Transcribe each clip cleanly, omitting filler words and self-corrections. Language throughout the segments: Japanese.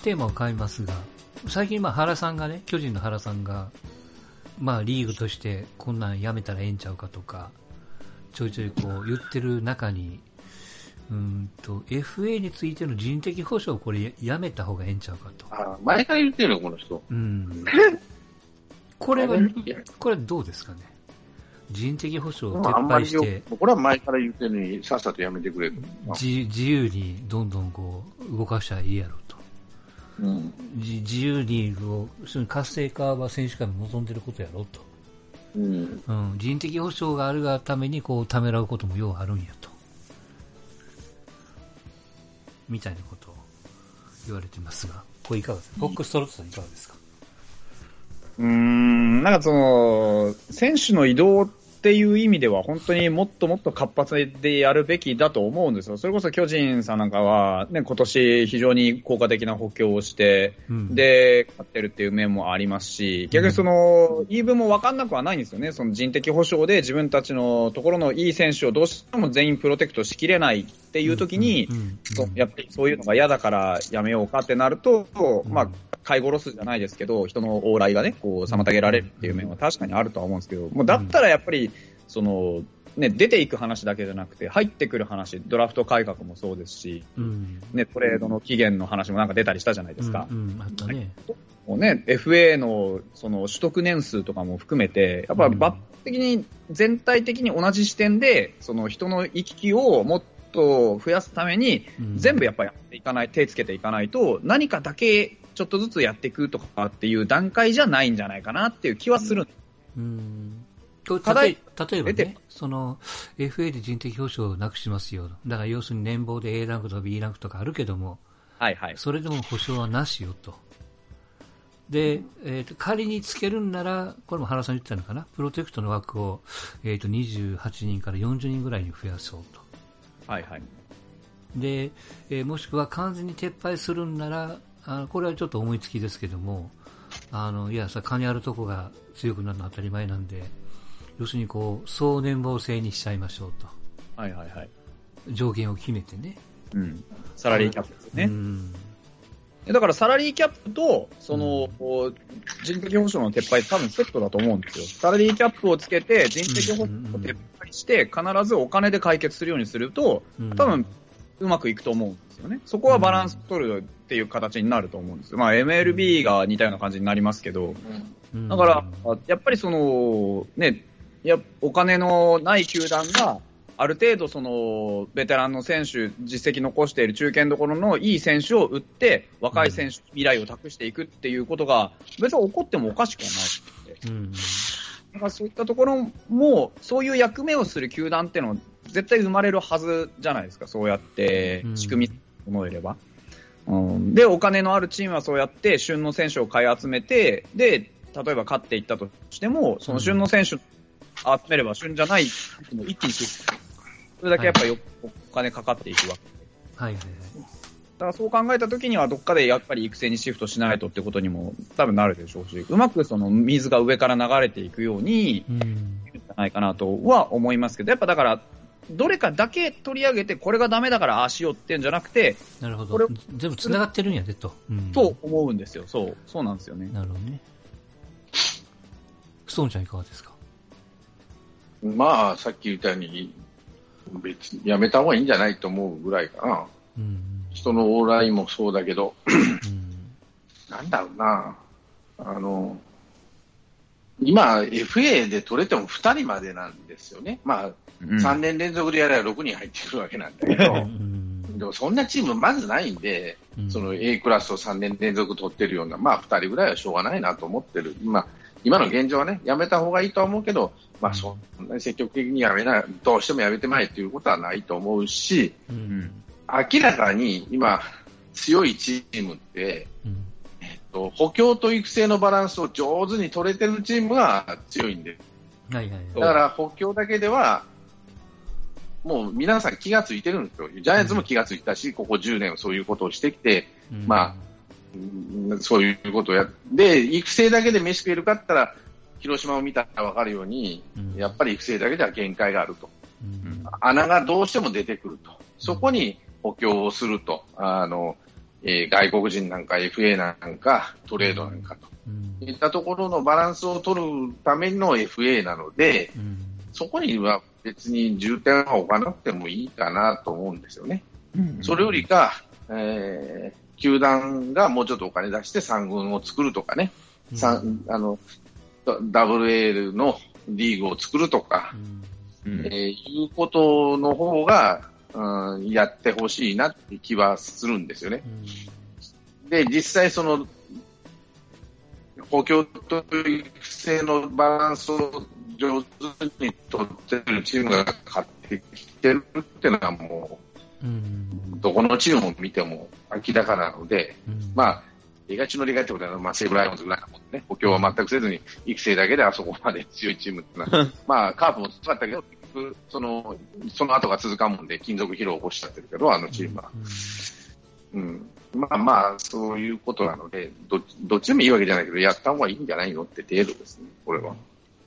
テーマを変えますが、最近原さんがね、巨人の原さんが、リーグとしてこんなんやめたらええんちゃうかとか、ちょいちょいこう言ってる中に、FA についての人的保障をこれやめた方がええんちゃうかと。 前から言ってるの、この人。 これはどうですかね。人的保障を撤廃して、 これは前から言ってるのに、さっさとやめてくれと。 自由にどんどんこう動かしたらいいやろうと。自由に活性化は選手会も望んでることやろうと。人的保障があるがためにこうためらうこともようあるんやと。みたいなことを言われてますが、これいかがですか。フォックストロットさんいかがですか。 なんか選手の移動っていう意味では本当にもっともっと活発でやるべきだと思うんですよ。それこそ巨人さんなんかはね、今年非常に効果的な補強をして、で、勝ってるっていう面もありますし、逆に言い分も分かんなくはないんですよね。その人的保障で自分たちのところのいい選手をどうしても全員プロテクトしきれないっていう時に、やっぱりそういうのが嫌だからやめようかってなると、飼い殺すじゃないですけど、人の往来がね、こう、妨げられるっていう面は確かにあるとは思うんですけど、もうだったらやっぱり、出ていく話だけじゃなくて、入ってくる話、ドラフト改革もそうですし、トレードの期限の話もなんか出たりしたじゃないですか。 あったね。 もうね、FA の取得年数とかも含めて、やっぱ抜的に、全体的に同じ視点で、人の行き来をもっと増やすために、全部やっぱりやっていかない、手つけていかないと、何かだけ、ちょっとずつやっていくとかっていう段階じゃないんじゃないかなっていう気はする。 例えばね、FA で人的保障をなくしますよ。だから要するに年俸で A ランクとか B ランクとかあるけども、それでも保障はなしよと。で、仮につけるんなら、これも原さん言ってたのかな、プロテクトの枠を、28人から40人ぐらいに増やそうと。で、もしくは完全に撤廃するんなら、これはちょっと思いつきですけども、金あるとこが強くなるのは当たり前なんで、要するにこう、総年俸制にしちゃいましょうと。上限を決めてね。 サラリーキャップですね。だからサラリーキャップと、人的保障の撤廃多分セットだと思うんですよ。サラリーキャップをつけて、人的保障を撤廃して、必ずお金で解決するようにすると、多分、うまくいくと思うんですよね。そこはバランス取るっていう形になると思うんですよ。MLB が似たような感じになりますけど、だから、やっぱりお金のない球団が、ある程度ベテランの選手、実績残している中堅どころのいい選手を売って、若い選手、未来を託していくっていうことが、別に起こってもおかしくはない。だからそういったところも、そういう役目をする球団っていうのは、絶対生まれるはずじゃないですか、そうやって仕組みを思えれば。で、お金のあるチームはそうやって旬の選手を買い集めて、で、例えば勝っていったとしても、その旬の選手を集めれば旬じゃないのを一気にそれだけやっぱりお金かかっていくわけで。だからそう考えたときには、どっかでやっぱり育成にシフトしないとってことにも多分なるでしょうし、うまく水が上から流れていくように、いるんじゃないかなとは思いますけど、やっぱだから、どれかだけ取り上げて、これがダメだからああしようっていうんじゃなくて、 なるほど。全部繋がってるんやでと。 と思うんですよ。そうなんですよね。 なるほどね。ストーンちゃんいかがですか。 さっき言ったように、別にやめた方がいいんじゃないと思うぐらいかな。人の往来もそうだけど、なんだろうな。今、FA で取れても2人までなんですよね。3年連続でやれば6人入ってくるわけなんだけど、でもそんなチームまずないんで、A クラスを3年連続取ってるような、2人ぐらいはしょうがないなと思ってる。今の現状はね、やめた方がいいとは思うけど、そんなに積極的にどうしてもやめてまいということはないと思うし、明らかに今、強いチームって、補強と育成のバランスを上手に取れてるチームが強いんで、だから補強だけでは、もう皆さん気がついてるんですよ。ジャイアンツも気がついたし、ここ10年そういうことをしてきて、そういうことをで、育成だけで飯食えるかって言ったら、広島を見たら分かるように、やっぱり育成だけでは限界があると。穴がどうしても出てくると。そこに補強をすると。 外国人なんか FA なんかトレードなんかと、いったところのバランスを取るための FA なので、そこには別に重点は置かなくてもいいかなと思うんですよね。それよりか、球団がもうちょっとお金出して3軍を作るとかね、WL のリーグを作るとか、いうことの方が、やってほしいなって気はするんですよね。で、実際その補強と育成のバランスを上手に取っているチームが勝ってきてるっていうのはもう、どこのチームを見ても明らかなので、まあ、例外中の例外ってことは、まあ、西武ライオンズぐらいなもんね、補強は全くせずに育成だけであそこまで強いチームってのは、まあ、カープも強かったけど、結局その後が続かんもんで、金属疲労を起こしちゃってるけど、あのチームは。まあまあ、そういうことなので、どっちでもいいわけじゃないけど、やった方がいいんじゃないのって程度ですね、これは。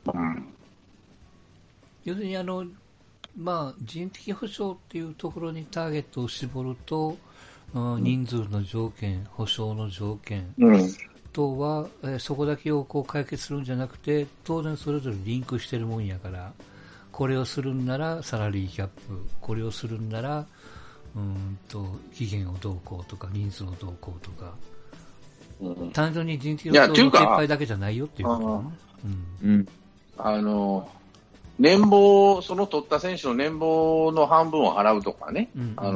要するにまあ、人的保障っていうところにターゲットを絞ると、人数の条件、保障の条件等は、そこだけをこう解決するんじゃなくて、当然それぞれリンクしてるもんやから、これをするんならサラリーキャップ、これをするんなら期限をどうこうとか人数をどうこうとか、単純に人的保障の撤廃だけじゃないよっていうことね。 年俸、その取った選手の年俸の半分を払うとかね、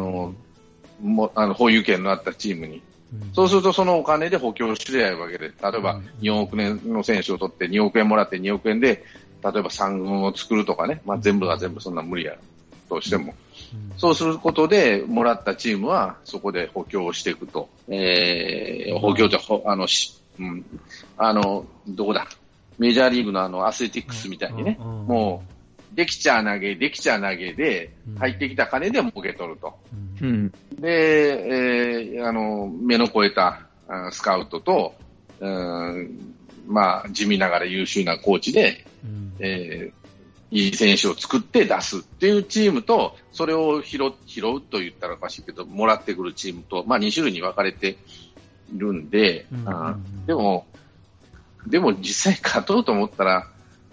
保有権のあったチームに、そうするとそのお金で補強しりゃいわけで、例えば4億円の選手を取って2億円もらって2億円で例えば3軍を作るとかね、まあ、全部が全部そんな無理やとしても、そうすることでもらったチームはそこで補強をしていくと、補強ってどこだ、メジャーリーグのアスレティックスみたいにね、もうできちゃ投げで入ってきた金で儲け取ると、で、目の超えたスカウトと、まあ、地味ながら優秀なコーチで、いい選手を作って出すっていうチームと、それを拾うと言ったらおかしいけど、もらってくるチームと、まあ2種類に分かれているんで、でも実際勝とうと思ったら、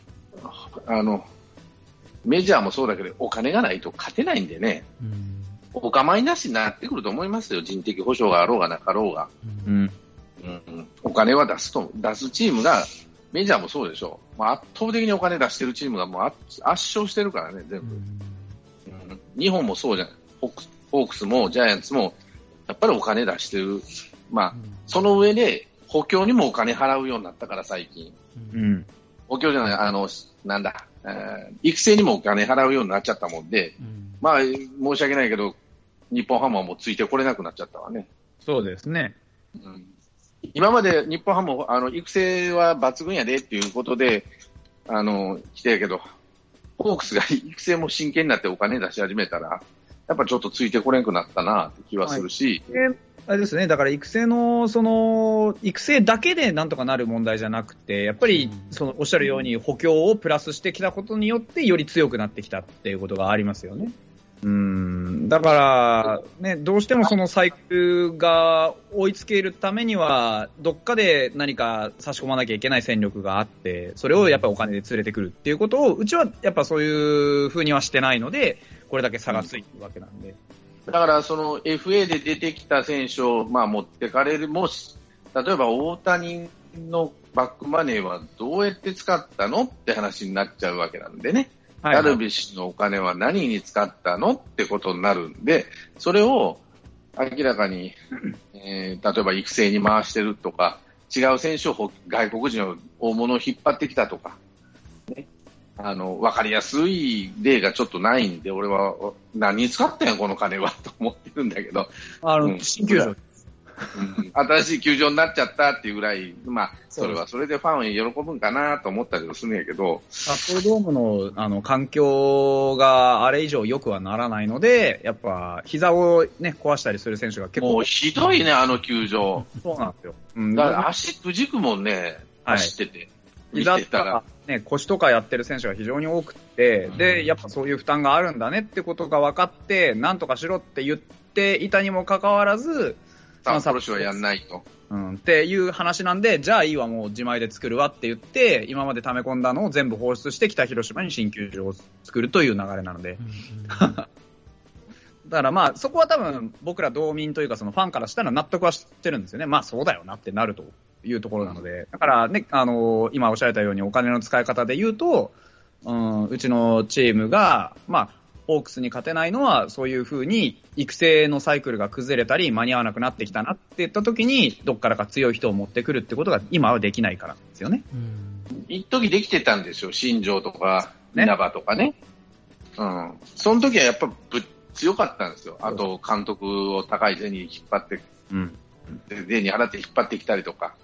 メジャーもそうだけど、お金がないと勝てないんでね、お構いなしになってくると思いますよ、人的保障があろうがなかろうが。お金は出すチームが、メジャーもそうでしょう、圧倒的にお金出してるチームがもう圧勝してるからね、全部。日本もそうじゃない、ホークスもジャイアンツもやっぱりお金出してる、まあ、その上で補強にもお金払うようになったから、最近。補強じゃない、なんだ、育成にもお金払うようになっちゃったもんで、まあ、申し訳ないけど、日本ハムはもうついてこれなくなっちゃったわね。 そうですね。 今まで日本ハムも育成は抜群やでっていうことで来てるけど、ホークスが育成も真剣になってお金出し始めたら、やっぱちょっとついてこれなくなったなって気はするし、 あれですね、だから育成だけでなんとかなる問題じゃなくて、やっぱりおっしゃるように補強をプラスしてきたことによってより強くなってきたっていうことがありますよね。だから、ね、どうしてもそのサイクルが追いつけるためには、どっかで何か差し込まなきゃいけない戦力があって、それをやっぱりお金で連れてくるっていうことを、うちはやっぱそういう風にはしてないので、これだけ差がついてるわけなんで。 だからその FA で出てきた選手を持ってかれる、もし例えば大谷のバックマネーはどうやって使ったのって話になっちゃうわけなんでね。ダルビッシュのお金は何に使ったのってことになるんで、それを明らかに、例えば育成に回してるとか、違う選手を外国人の大物を引っ張ってきたとか、ね、分かりやすい例がちょっとないんで、俺は何に使ったんやこの金はと思ってるんだけど、 新球場、 新しい球場になっちゃったっていうぐらい、それはそれでファン喜ぶんかなと思ったりもするんやけど、 札幌ドームの環境があれ以上良くはならないので、やっぱ膝をね壊したりする選手が結構もうひどいね、あの球場。 そうなんですよ。 だから足くじくもんね、走ってて。 膝とかね、腰とかやってる選手が非常に多くて、でやっぱそういう負担があるんだねってことが分かって、なんとかしろって言っていたにもかかわらず、 札幌市はやんないと。 っていう話なんで、じゃあいいわ、もう自前で作るわって言って、今まで溜め込んだのを全部放出して、北広島に新球場を作るという流れなので。だからまあ、そこは多分、僕ら道民というか、そのファンからしたら納得はしてるんですよね。まあ、そうだよなってなるというところなので。だからね、今おっしゃられたようにお金の使い方で言うと、うちのチームが、まあ、ホークスに勝てないのは、そういう風に育成のサイクルが崩れたり、間に合わなくなってきたなって言った時に、どっからか強い人を持ってくるってことが今はできないからなんですよね。 一時できてたんですよ。新庄とか、稲葉とかね。その時はやっぱ強かったんですよ。あと、監督を高い銭に引っ張って、銭払って引っ張ってきたりとか、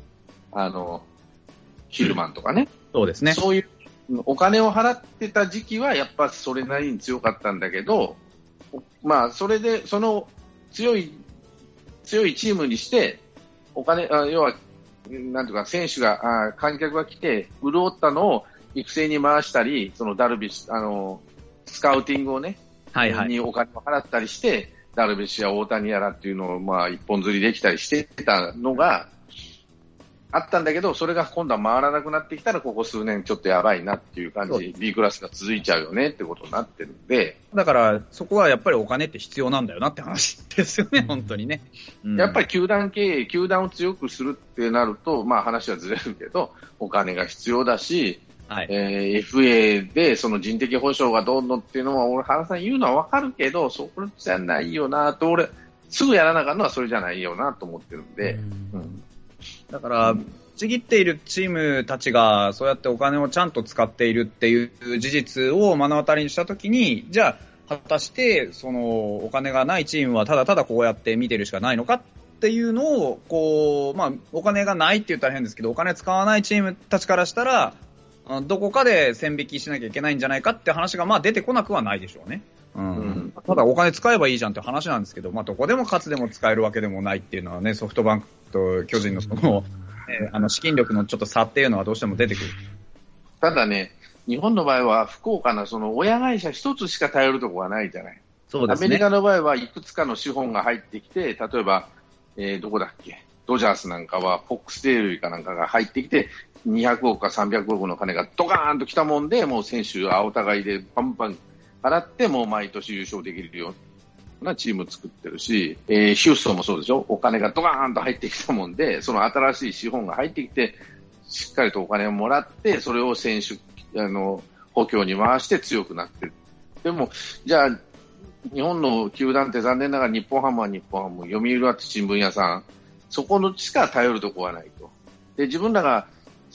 ヒルマンとかね。 そうですね。 そういうお金を払ってた時期はやっぱそれなりに強かったんだけど、まあそれでその強いチームにしてお金、要はなんとか選手が観客が来て潤ったのを育成に回したり、そのダルビッシュスカウティングをね、にお金を払ったりしてダルビッシュや大谷やらっていうのをまあ一本釣りできたりしてたのがあったんだけど、それが今度は回らなくなってきたら、ここ数年ちょっとやばいなっていう感じ、B クラスが続いちゃうよねってことになってるんで。 だから、そこはやっぱりお金って必要なんだよなって話ですよね、本当にね。 やっぱり球団経営、球団を強くするってなると、まあ話はずれるけど、お金が必要だし、FA でその人的保障がどんどんっていうのは、俺、原さん言うのはわかるけど、そこじゃないよなと、俺、すぐやらなかったのはそれじゃないよなと思ってるんで。 だから、ちぎっているチームたちがそうやってお金をちゃんと使っているっていう事実を目の当たりにしたときに、じゃあ果たしてそのお金がないチームはただただこうやって見てるしかないのかっていうのをこう、まあ、お金がないって言ったら変ですけど、お金使わないチームたちからしたらどこかで線引きしなきゃいけないんじゃないかって話がまあ出てこなくはないでしょうね。ただお金使えばいいじゃんって話なんですけど、まあ、どこでも勝つでも使えるわけでもないっていうのはね、ソフトバンクと巨人のその資金力のちょっと差っていうのはどうしても出てくる。 ただね、日本の場合は福岡のその親会社一つしか頼るところがないじゃない。 そうですね。 アメリカの場合はいくつかの資本が入ってきて、例えば、どこだっけ、ドジャースなんかはフォックスデールかなんかが入ってきて、200億か300億の金がドカーンときたもんで、もう選手はお互いでパンパン払って、もう毎年優勝できるようなチームを作ってるし、ヒューストンもそうでしょ。お金がドカーンと入ってきたもんで、その新しい資本が入ってきて、しっかりとお金をもらって、それを選手補強に回して強くなってる。でも、じゃあ、日本の球団って残念ながら日本ハムは日本ハム、読売は新聞屋さん、そこのしか頼るとこはないと。で、自分らが、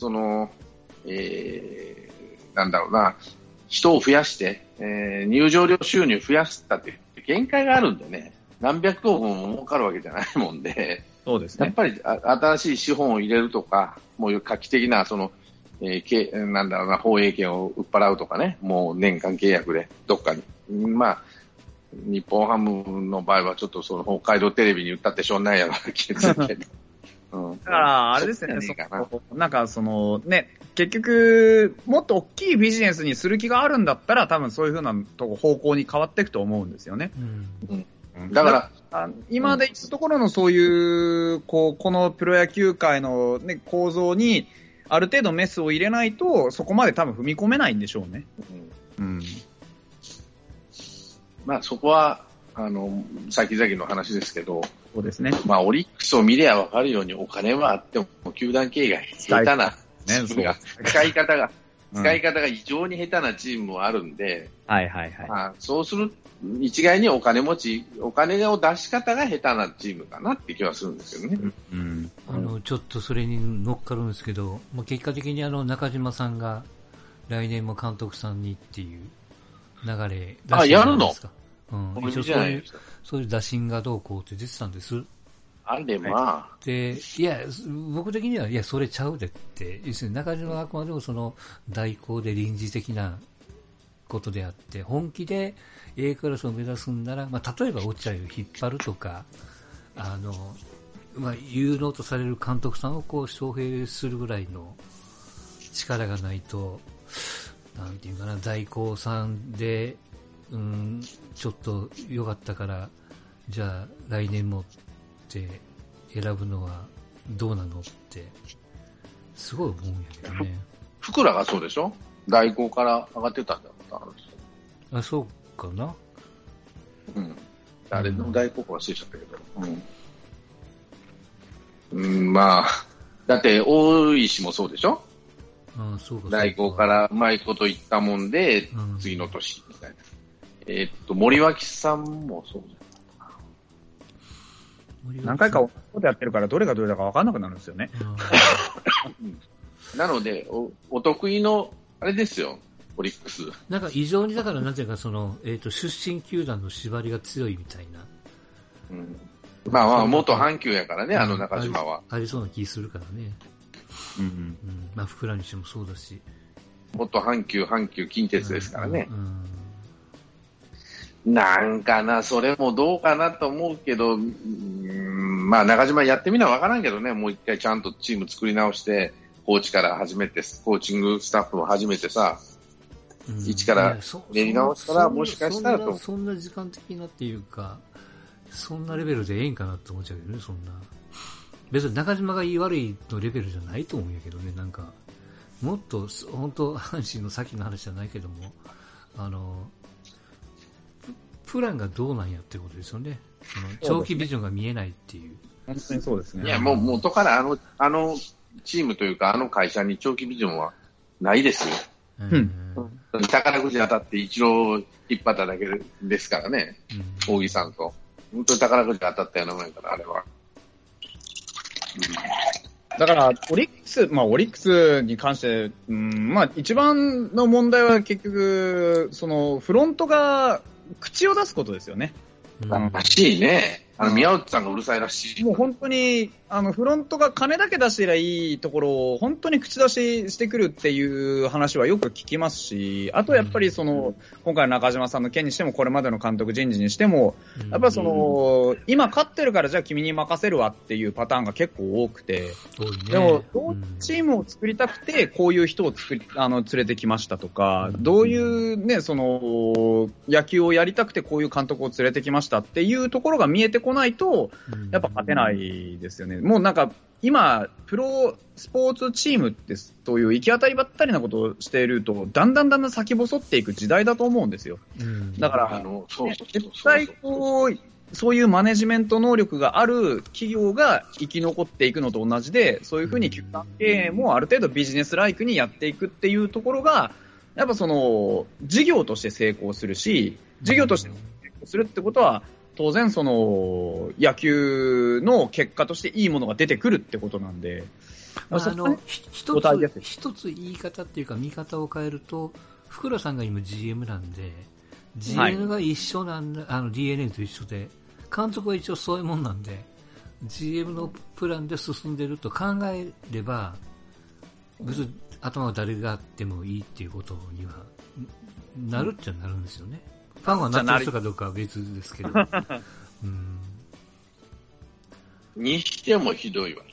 なんだろうな、人を増やして、入場料収入増やしたって限界があるんでね、何百億も儲かるわけじゃないもんで、 そうですね。 やっぱり新しい資本を入れるとか、もう画期的ななんだろうな、放映権を売っ払うとかね、もう年間契約でどっかに。まあ、日本ハムの場合はちょっとその北海道テレビに売ったってしょうがないやろう気がするけど。 だから、あれですね、なんかそのね、結局、もっと大きいビジネスにする気があるんだったら、多分そういう風な方向に変わっていくと思うんですよね。だから、今で言ったところのそういう、このプロ野球界の、ね、構造に、ある程度メスを入れないと、そこまで多分踏み込めないんでしょうね。 まあそこは、先々の話ですけど、 そうですね。 まあオリックスを見りゃ分かるようにお金はあっても、球団経営が下手なチームが、使い方が異常に下手なチームもあるんで、そうする、一概にお金を出し方が下手なチームかなって気はするんですよね。 ちょっとそれに乗っかるんですけど、もう結果的に中島さんが来年も監督さんにっていう流れ出してるじゃないですか。一応そういう打診がどうこうって出てたんです。 まあ。 で、いや、僕的には、いや、それちゃうでって、要するに中島はあくまでもその代行で臨時的なことであって、本気で A クラスを目指すんなら、まあ、例えば落合を引っ張るとか、まあ、有能とされる監督さんを招聘するぐらいの力がないと、なんていうかな、代行さんで、ちょっと良かったから、じゃあ来年もっって選ぶのはどうなのってすごい思うんやけどね。 福良がそうでしょ。代行から上がってたんだろう。あ、そうかな。 うん。あれの代行か忘れちゃったけど。うん。まあ、だって大石もそうでしょ。 ああ、そうか。 代行からうまいこと言ったもんで、次の年みたいな。森脇さんもそうじゃん。 何回かことやってるからどれがどれだか分かんなくなるんですよね。 なのでお得意のあれですよ、オリックス。 なんか異常にだからなんていうかその出身球団の縛りが強いみたいな。 うん。まあまあ元阪急やからね、あの中島は。 ありそうな気するからね。うんうん。まあ福良にしてもそうだし。 元阪急近鉄ですからね。なんかな、それもどうかなと思うけど、まあ中島やってみなわからんけどね、もう一回ちゃんとチーム作り直して、コーチから始めて、コーチングスタッフも始めてさ、一から練り直したら、もしかしたらと。 そんな時間的なっていうか、そんなレベルでええんかなって思っちゃうけどね、そんな。別に中島がいい悪いのレベルじゃないと思うんやけどね、なんか、もっと、本当阪神の先の話じゃないけども、プランがどうなんやってことですよね。その長期ビジョンが見えないっていう。 本当にそうですね。 いや、もう元からあのチームというか、あの会社に長期ビジョンはないですよ。宝くじ当たって一郎引っ張っただけですからね。大木さんと。本当に宝くじ当たったようなもんやから、あれは。 だから、オリックスに関して、まあ、一番の問題は結局、その、フロントが口を出すことですよね。 らしいね。宮内さんがうるさいらしい。 もう本当に、フロントが金だけ出してりゃいいところを、本当に口出ししてくるっていう話はよく聞きますし、あとやっぱりその、今回の中島さんの件にしても、これまでの監督人事にしても、やっぱその、今勝ってるからじゃあ君に任せるわっていうパターンが結構多くて、でも、どうチームを作りたくて、こういう人を連れてきましたとか、どういうね、その、野球をやりたくてこういう監督を連れてきましたっていうところが見えてこないと、やっぱ勝てないですよね。もうなんか、今、プロスポーツチームですという行き当たりばったりなことをしていると、だんだん先細っていく時代だと思うんですよ。だから、絶対こう、そういうマネジメント能力がある企業が生き残っていくのと同じで、そういうふうに球団経営もある程度ビジネスライクにやっていくっていうところが、やっぱその、事業として成功するし、事業として成功するってことは、当然その野球の結果としていいものが出てくるってことなんで、 一つ言い方っていうか見方を変えると、福良さんが今 GM なんで、GM が一緒なんだ、DNA と一緒で、監督は一応そういうもんなんで、GM のプランで進んでると考えれば、別に頭は誰があってもいいっていうことにはなるっちゃなるんですよね。ファンはなってる人かどうかは別ですけど。 にしてもひどいわ。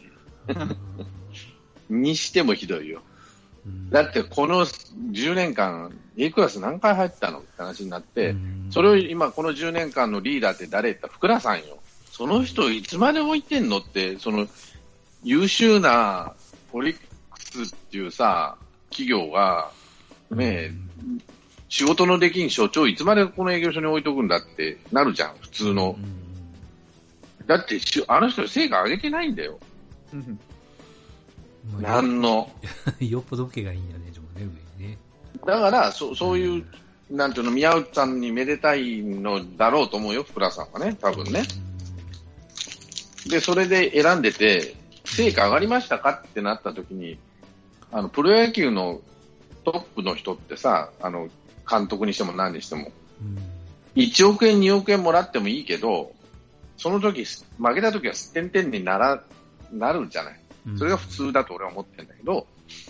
にしてもひどいよ。だってこの10年間、A クラス何回入ったのって話になって、それを今この10年間のリーダーって誰って福良さんよ。その人いつまで置いてんのって、その優秀なオリックスっていうさ、企業が、ね、仕事のできん所長いつまでこの営業所に置いとくんだってなるじゃん、普通の。だってあの人成果上げてないんだよ。なんの。 よっぽど受けがいいんやね、でもね、上にね。 だからそういう、なんていうの、宮内さんにめでたいのだろうと思うよ、福良さんはね、多分ね。で、それで選んでて、成果上がりましたかってなった時に、プロ野球のトップの人ってさ、監督にしても何にしても、1億円、2億円もらってもいいけど、その時、負けた時は点々になるじゃない。それが普通だと俺は思ってるんだけど、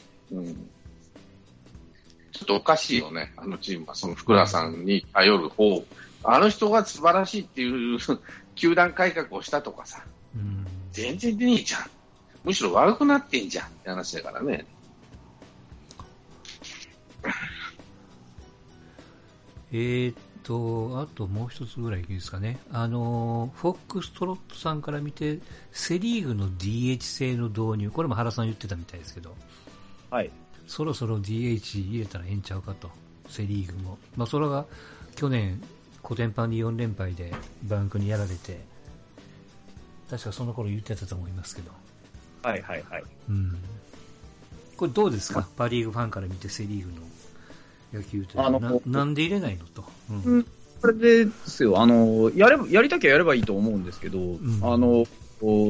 ちょっとおかしいよね、あのチームは。その福良さんに頼る方、あの人が素晴らしいっていう球団改革をしたとかさ、全然出ねえじゃん。むしろ悪くなってんじゃんって話だからね。 あともう一つぐらいいいですかね。フォックストロットさんから見て、セリーグの DH 制の導入、これも原さん言ってたみたいですけど、 はい。 そろそろ DH 入れたらええんちゃうかと、セリーグも。まあ、それが去年、コテンパンに4連敗でバンクにやられて、確かその頃言ってたと思いますけど。 はいはいはい。 うん。これどうですか、パリーグファンから見てセリーグの野球というのはなんで入れないのと。 うん。これですよ、やりたきゃやればいいと思うんですけど、うん、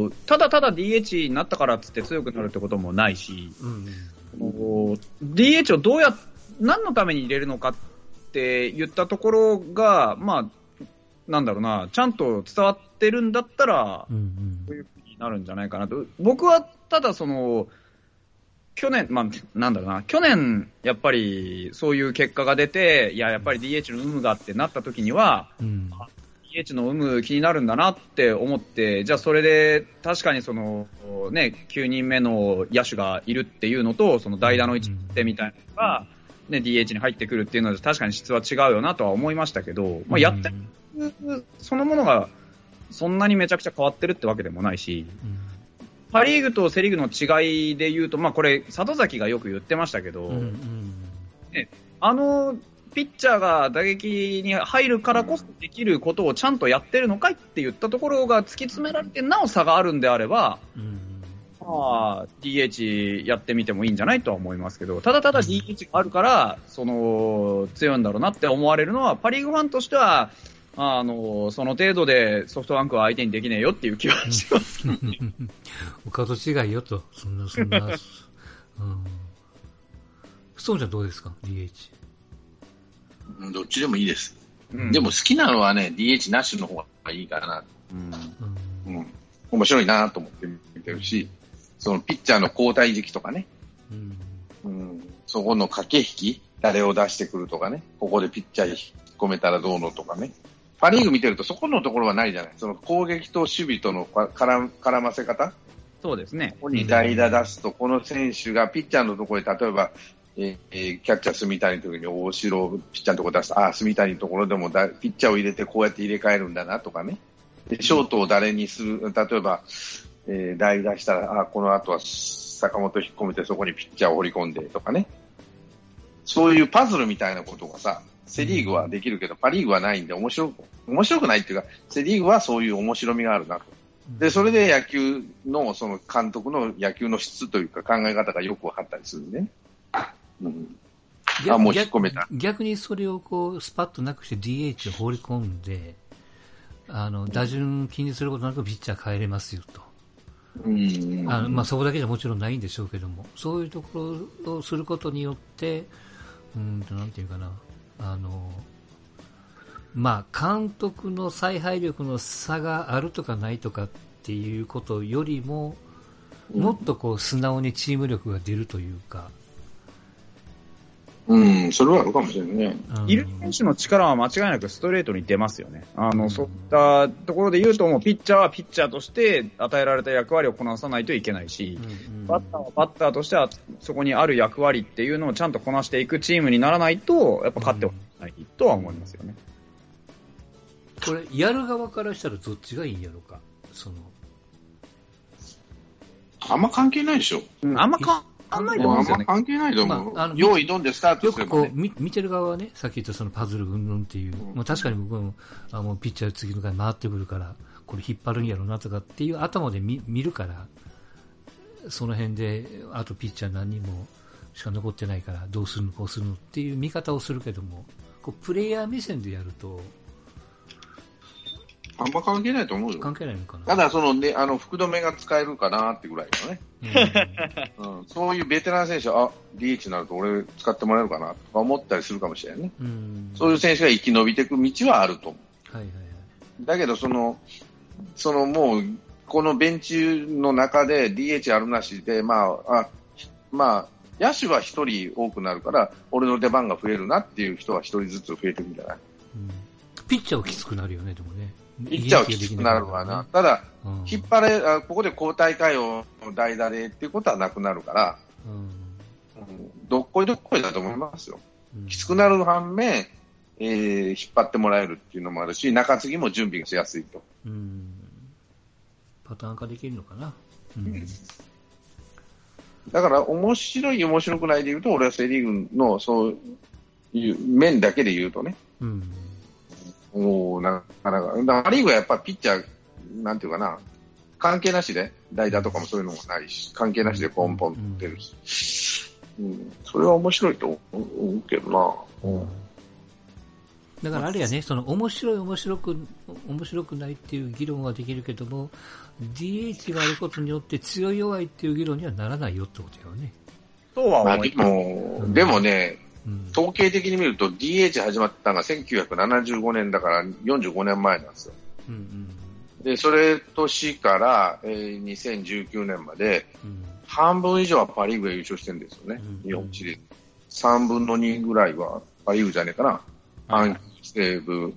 ただただ DH になったからっつって強くなるってこともないし、DH を何のために入れるのかって言ったところが、まあ、なんだろうな、ちゃんと伝わってるんだったら、そういうふうになるんじゃないかなと。僕はただ去年、まあ、なんだろうな、去年、やっぱり、そういう結果が出て、やっぱり DH の有無がってなった時には、DH の有無気になるんだなって思って、じゃあそれで、確かに9人目の野手がいるっていうのと、代打の1手みたいなのが、ね、DH に入ってくるっていうのは、確かに質は違うよなとは思いましたけど、まあ、やってるそのものが、そんなにめちゃくちゃ変わってるってわけでもないし、パリーグとセリーグの違いで言うと、まあこれ、里崎がよく言ってましたけど、ね、ピッチャーが打撃に入るからこそできることをちゃんとやってるのかいって言ったところが突き詰められて、なお差があるんであれば、まあ、DH やってみてもいいんじゃないとは思いますけど、ただただ DH があるから、強いんだろうなって思われるのは、パリーグファンとしては、その程度でソフトバンクは相手にできねえよっていう気はします、ね。 お門違いよと、そんな、そうじゃどうですか、DH。 どっちでもいいです。でも好きなのはね、DH なしの方がいいかな。面白いなと思って見てるし、そのピッチャーの交代時期とかね、そこの駆け引き、誰を出してくるとかね、ここでピッチャー引っ込めたらどうのとかね。パリーグ見てるとそこのところはないじゃない。その攻撃と守備との絡ませ方。 そうですね。 ここに代打出すと、この選手がピッチャーのところで、例えば、キャッチャー住谷の時に大城をピッチャーのところ出すと、住谷のところでもピッチャーを入れてこうやって入れ替えるんだなとかね。でショートを誰にする、例えば、代打したら、この後は坂本引っ込めてそこにピッチャーを放り込んでとかね。そういうパズルみたいなことがさ、セリーグはできるけど、パリーグはないんで面白くないっていうか、セリーグはそういう面白みがあるなと。で、それで野球の、その監督の野球の質というか考え方がよく分かったりするんでね。もう引っ込めた。 逆にそれをこう、スパッとなくして DH を放り込んで、打順気にすることなくピッチャー変えれますよと。まあ、そこだけじゃもちろんないんでしょうけども、そういうところをすることによって、なんていうかな、まあ、監督の采配力の差があるとかないとかっていうことよりも、もっとこう素直にチーム力が出るというか、 それはあるかもしれないね。 いる選手の力は間違いなくストレートに出ますよね。そういったところで言うと、もうピッチャーはピッチャーとして与えられた役割をこなさないといけないし、バッターはバッターとしてはそこにある役割っていうのをちゃんとこなしていくチームにならないと、やっぱ勝ってはいけないとは思いますよね。 これ、やる側からしたらどっちがいいんやろうか、 あんま関係ないでしょ。 あんま関係ないと思うんですよね。 関係ないと思う。用意どんでスタートすれば、ね。 よくこう見てる側はね、さっき言ったそのパズル云々っていう、まあ、確かに僕ももうピッチャー次の回回ってくるから、これ引っ張るんやろうなとかっていう頭で見るから、その辺で、あとピッチャー何人もしか残ってないから、どうするのこうするのっていう見方をするけども、こうプレイヤー目線でやると、 あんま関係ないと思うよ。 関係ないのかな。 ただ福留が使えるかなってぐらいのね。そういうベテラン選手は、DH になると俺使ってもらえるかなとか思ったりするかもしれないね。そういう選手が生き延びていく道はあると思う。だけどもう、このベンチの中で DH あるなしで、まあ、野手は一人多くなるから、俺の出番が増えるなっていう人は一人ずつ増えていくんじゃない？ ピッチャーはきつくなるよね、でもね。 ピッチャーはきつくなるわな。ただ、引っ張れ、ここで交代回を代打でっていうことはなくなるから、どっこいどっこいだと思いますよ。きつくなる反面、 引っ張ってもらえるっていうのもあるし、中継ぎも準備がしやすいと。 パターン化できるのかな。 だから面白い面白くないで言うと、俺はセリーグのそういう面だけで言うとね、もうなかなか、パリーグはやっぱピッチャー、なんていうかな、関係なしで、代打とかもそういうのもないし、関係なしでポンポン出るし、それは面白いと思うけどな。 だからあれやね、その面白い面白くないっていう議論はできるけども、DH があることによって強い弱いっていう議論にはならないよってことだよね。 そうは思います。 でもね、統計的に見ると DH 始まったのが1975年だから45年前なんですよ。で、それ年から、2019年まで、半分以上はパリーグが優勝してるんですよね。日本シリーズ。3分の2ぐらいはパリーグじゃねえかな。阪西武、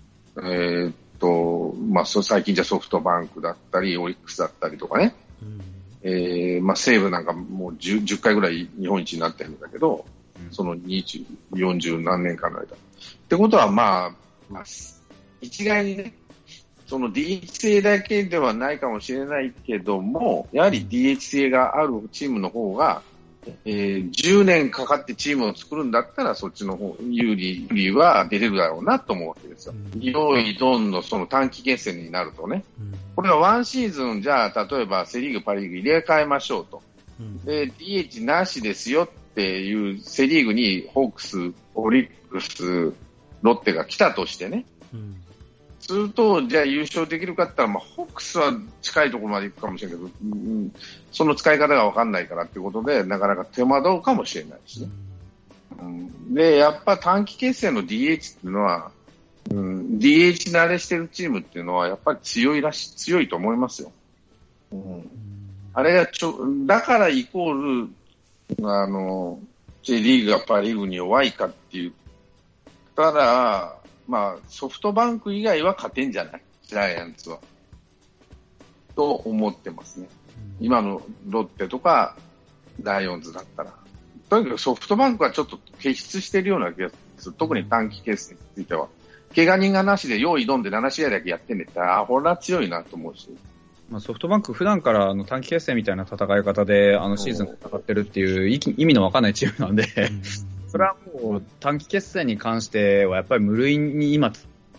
最近じゃソフトバンクだったり、オリックスだったりとかね。西武なんかもう 10回ぐらい日本一になってるんだけど、その40何年間の間。ってことは一概にね、その DH 制だけではないかもしれないけども、やはり DH 制があるチームの方が、10年かかってチームを作るんだったら、そっちの方、有利は出れるだろうなと思うわけですよ。用意ドンのその短期決戦になるとね。これはワンシーズン、じゃあ、例えばセリーグ、パリーグ入れ替えましょうと。で、DH なしですよっていうセリーグにホークス、オリックス、ロッテが来たとしてね。すると、じゃあ優勝できるかって言ったら、ホークスは近いところまで行くかもしれないけど、その使い方が分かんないからっていうことで、なかなか手間取るかもしれないですね。で、やっぱ短期決戦の DH っていうのは、DH 慣れしてるチームっていうのは、やっぱり強いと思いますよ。あれがだからイコール、J リーグがパリーグに弱いかって言ったら、ソフトバンク以外は勝てんじゃないジャイアンツは。と思ってますね。今のロッテとかライオンズだったら。とにかくソフトバンクはちょっと傑出しているような気がする。特に短期決戦については。怪我人がなしで用意ドンで7試合だけやってんねったら、これは強いなと思うし。 ソフトバンク普段から短期決戦みたいな戦い方でシーズン戦ってるっていう意味のわかんないチームなんで、それはもう短期決戦に関してはやっぱり無類に今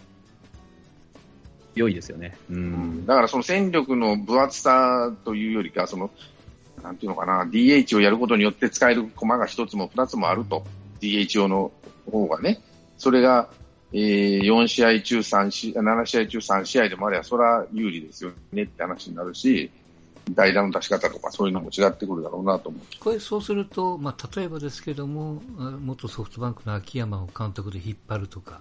良いですよね。 だからその戦力の分厚さというよりか、なんていうのかな、DH をやることによって使える駒が一つも二つもあると、DH 用の方がね、それが、4試合中7試合中3試合でもあれば、それは有利ですよねって話になるし、代打の出し方とかそういうのも違ってくるだろうなと思う。 これそうすると、例えばですけども、元ソフトバンクの秋山を監督で引っ張るとか、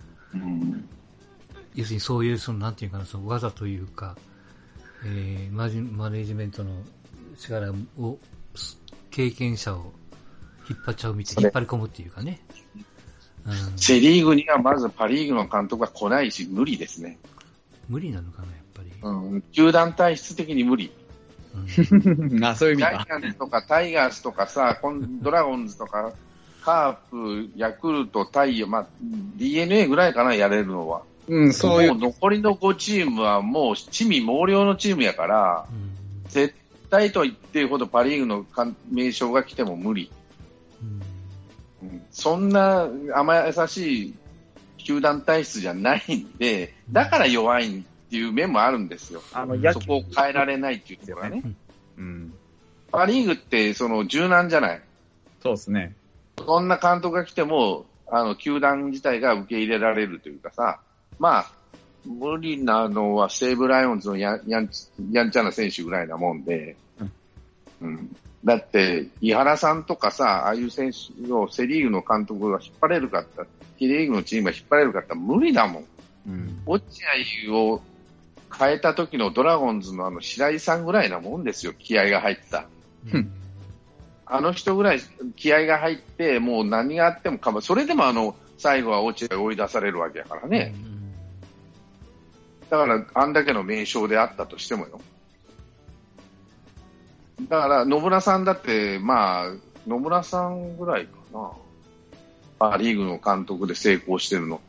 要するにそういうなんていうかな、技というか、マネージメントの力を経験者を引っ張っちゃうみたいな、引っ張り込むっていうかね。 セリーグにはまずパリーグの監督が来ないし、無理ですね。 無理なのかな、やっぱり。 球団体質的に無理。 そういう意味か。 ジャイアンツとかタイガースとかさ、ドラゴンズとか、カープ、ヤクルト、太陽、DNA ぐらいかな、やれるのは。そういう。残りの5チームはもう、地味猛量のチームやから、絶対と言っているほどパリーグの名称が来ても無理。そんな甘優しい球団体質じゃないんで、だから弱いっていう面もあるんですよ。そこを変えられないって言ってはね。パリーグって柔軟じゃない。 そうですね。 そんな監督が来ても、球団自体が受け入れられるというかさ、無理なのは西武ライオンズのやんちゃな選手ぐらいなもんで、だって、井原さんとかさ、ああいう選手をセリーグの監督が引っ張れるかって、セリーグのチームが引っ張れるかって無理だもん。落合を変えた時のドラゴンズの白井さんぐらいなもんですよ、気合が入った。あの人ぐらい気合が入って、もう何があってもそれでも最後は落合を追い出されるわけやからね。だから、あんだけの名称であったとしてもよ。だから野村さんだって、野村さんぐらいかな。 パ・リーグの監督で成功してるの。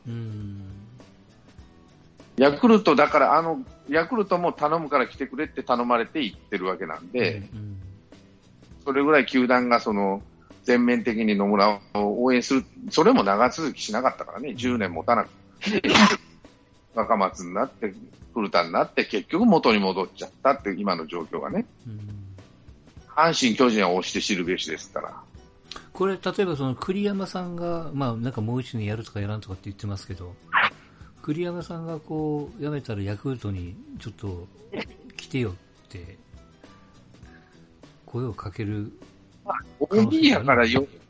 ヤクルトだからヤクルトも頼むから来てくれって頼まれて行ってるわけなんで、それぐらい球団が全面的に野村を応援する、それも長続きしなかったからね、10年持たなくて、若松になって、古田になって、結局元に戻っちゃったって、今の状況がね、阪神、巨人は押して知るべしですから。 これ、例えば栗山さんが、なんかもう一年やるとかやらんとかって言ってますけど、栗山さんが辞めたらヤクルトにちょっと来てよって声をかける。 OB やから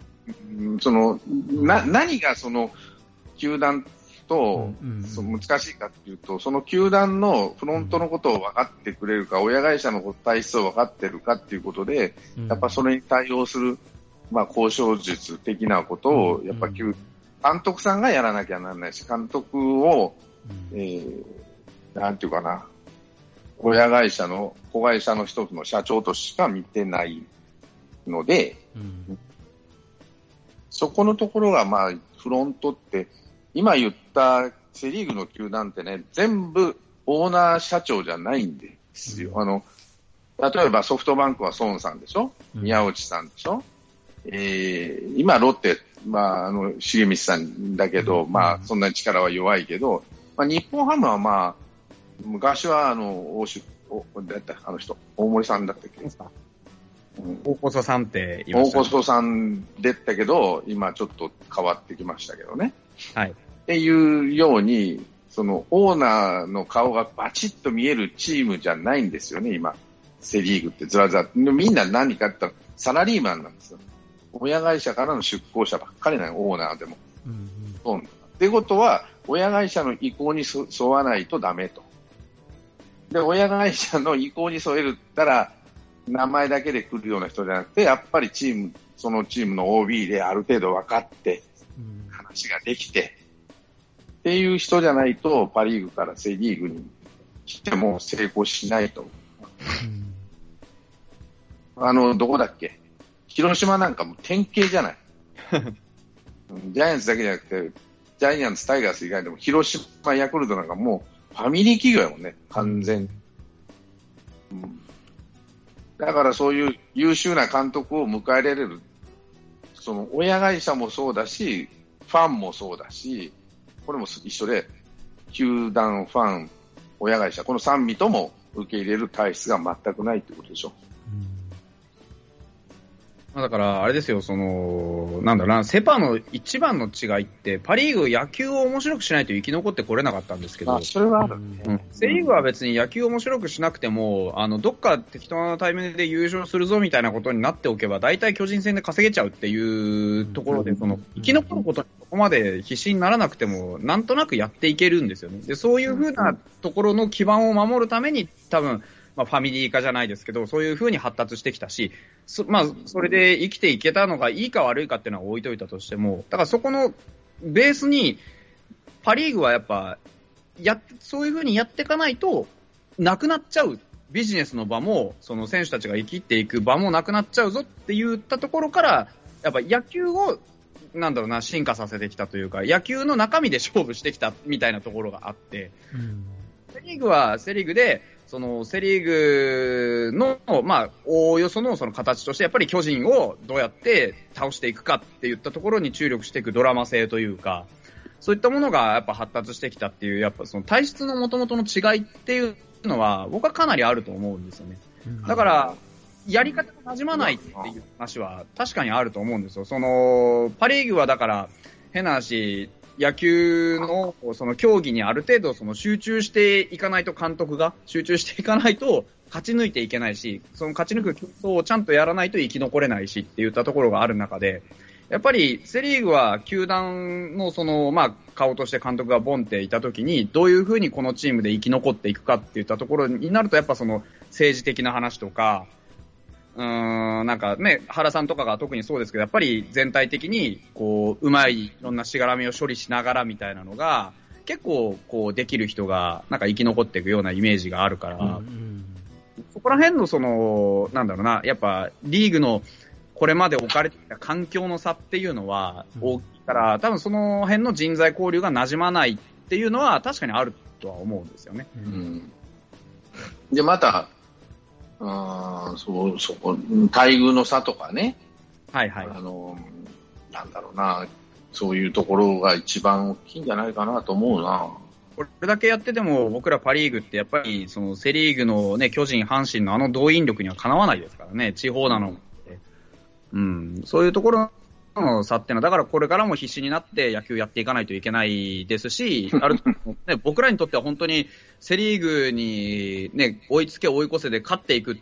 何が球団と、難しいかというと、その球団のフロントのことを分かってくれるか、親会社の体質を分かっているかということで、やっぱそれに対応する、交渉術的なことを、やっぱ監督さんがやらなきゃならないし、監督を、なんていうかな、親会社の、子会社の一つの社長としか見てないので、そこのところがフロントって今言ったセリーグの球団ってね、全部オーナー社長じゃないんですよ。例えばソフトバンクは孫さんでしょ、宮内さんでしょ、今ロッテ、重光さんだけど、そんなに力は弱いけど、日本ハムは昔はだったあの人大森さんだったっけ、 大細さんって言いました、 大細さんでったけど、今ちょっと変わってきましたけどね。 はい。 っていうように、オーナーの顔がバチッと見えるチームじゃないんですよね、今。セリーグってずらずら。みんな何かって言ったらサラリーマンなんですよ。親会社からの出向者ばっかりなの、オーナーでも。ってことは、親会社の意向に沿わないとダメと。で、親会社の意向に沿えるったら、名前だけで来るような人じゃなくて、やっぱりそのチームの OB である程度分かって、話ができて、っていう人じゃないと、パ・リーグからセ・リーグに来ても成功しないと。どこだっけ、広島なんかも典型じゃない。ジャイアンツだけじゃなくて、ジャイアンツ、タイガース以外でも、広島、ヤクルトなんかもうファミリー企業やもんね、完全に。だからそういう優秀な監督を迎えられる、親会社もそうだし、ファンもそうだし、これも一緒で、球団、ファン、親会社、この三味とも受け入れる体質が全くないってことでしょ。 だから、あれですよ、なんだろうな、セパの一番の違いって、パ・リーグ野球を面白くしないと生き残ってこれなかったんですけど、 それはあるね。 セ・リーグは別に野球を面白くしなくても、どっか適当なタイミングで優勝するぞみたいなことになっておけば、大体巨人戦で稼げちゃうっていうところで、生き残ることにここまで必死にならなくても、なんとなくやっていけるんですよね。で、そういう風なところの基盤を守るために、多分、ファミリー化じゃないですけど、そういう風に発達してきたし、それで生きていけたのがいいか悪いかっていうのは置いといたとしても、だからそこのベースに、パ・リーグはやっぱ、そういう風にやっていかないと、なくなっちゃう。ビジネスの場も、選手たちが生きていく場もなくなっちゃうぞって言ったところから、やっぱ野球を、進化させてきたというか、野球の中身で勝負してきたみたいなところがあって、セ・リーグはセ・リーグで、セ・リーグの、おおよその形として、やっぱり巨人をどうやって倒していくかっていったところに注力していくドラマ性というか、そういったものがやっぱ発達してきたっていう、やっぱ体質の元々の違いっていうのは、僕はかなりあると思うんですよね。だから、やり方が馴染まないっていう話は確かにあると思うんですよ。パ・リーグはだから、変な話、野球の競技にある程度集中していかないと、監督が集中していかないと勝ち抜いていけないし、勝ち抜く競争をちゃんとやらないと生き残れないしっていったところがある中で、やっぱりセ・リーグは球団の顔として監督がボンっていたときに、どういうふうにこのチームで生き残っていくかっていったところになると、やっぱ政治的な話とか、原さんとかが特にそうですけど、やっぱり全体的に、うまい、いろんなしがらみを処理しながらみたいなのが、結構、できる人が、生き残っていくようなイメージがあるから、そこら辺のやっぱ、リーグのこれまで置かれてきた環境の差っていうのは大きいから、多分その辺の人材交流が馴染まないっていうのは確かにあるとは思うんですよね。 うん、で、また、そこ、待遇の差とかね。 はいはい。 なんだろうな、そういうところが一番大きいんじゃないかなと思うな。 これだけやってても、僕らパリーグってやっぱり、そのセリーグのね、巨人、阪神のあの動員力にはかなわないですからね、地方なの。うん、そういうところの差っていうのは、だからこれからも必死になって野球やっていかないといけないですし、ね、僕らにとっては本当にセリーグにね、追いつけ追い越せで勝っていくって、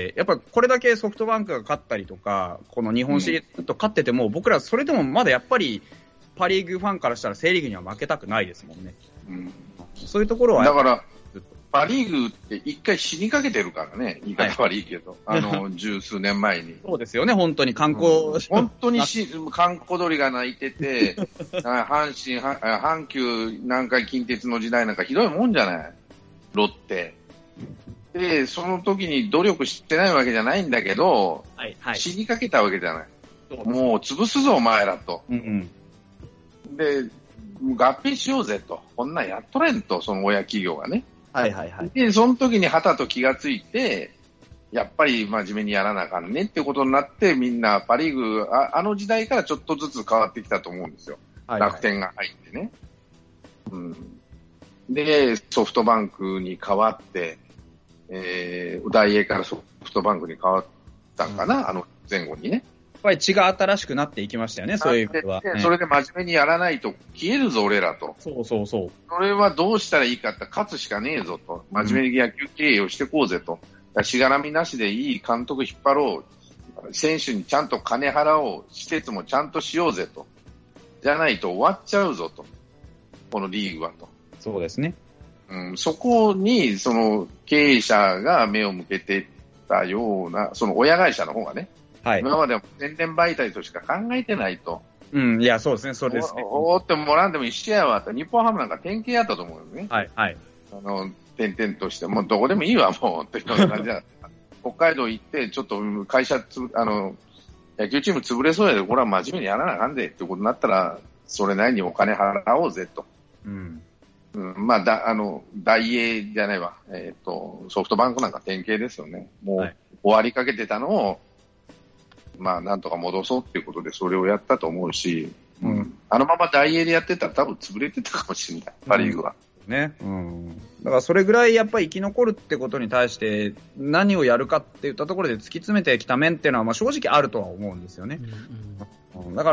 やっぱこれだけソフトバンクが勝ったりとか、この日本シリーズと勝ってても、僕らそれでもまだやっぱりパリーグファンからしたらセリーグには負けたくないですもんね。うん、そういうところはだからパリーグって一回死にかけてるからね、言い方悪いけど、十数年前に。 そうですよね、本当に観光、 本当に観光鳥が鳴いてて、阪急南海近鉄の時代なんかひどいもんじゃない、ロッテ。で、その時に努力してないわけじゃないんだけど、はいはい、死にかけたわけじゃない。もう潰すぞ、お前らと。うんうん、で、合併しようぜと。こんなんやっとれんと、その親企業がね。 はいはいはい。 で、その時に旗と気がついて、やっぱり真面目にやらなあかんねってことになって、みんなパリーグ、あの時代からちょっとずつ変わってきたと思うんですよ。はいはい、楽天が入ってね。うん。で、ソフトバンクに変わって、大英からソフトバンクに変わったんかな、前後にね。 やっぱり血が新しくなっていきましたよね、そういう意味では。 それで真面目にやらないと消えるぞ、俺らと。 そうそうそう。 それはどうしたらいいかって、勝つしかねえぞと。真面目に野球経営をしていこうぜと。しがらみなしでいい監督引っ張ろう。選手にちゃんと金払おう。施設もちゃんとしようぜと。じゃないと終わっちゃうぞと。このリーグはと。 そうですね。 うん、そこに、その経営者が目を向けてたような、その親会社の方がね。はい、今までは宣伝媒体としか考えてないと。 うん、いや、そうですね、そうですね。 おーってもらんでも一緒やわって、日本ハムなんか典型やったと思うよね。 はい、はい。 点々として、もうどこでもいいわ、もう、っていう感じだ。北海道行って、ちょっと会社野球チーム潰れそうやで、これは真面目にやらなあかんで、ってことになったら、それなりにお金払おうぜ、と。うん。うん、まあ、大英じゃないわ、ソフトバンクなんか典型ですよね。もう、終わりかけてたのを、まあ、なんとか戻そうっていうことでそれをやったと思うし、うん、あのまま大英でやってたら多分潰れてたかもしれない、パ・リーグは。 ね、うん。だからそれぐらいやっぱり生き残るってことに対して何をやるかっていったところで突き詰めてきた面っていうのはまあ正直あるとは思うんですよね。うんうん、だから、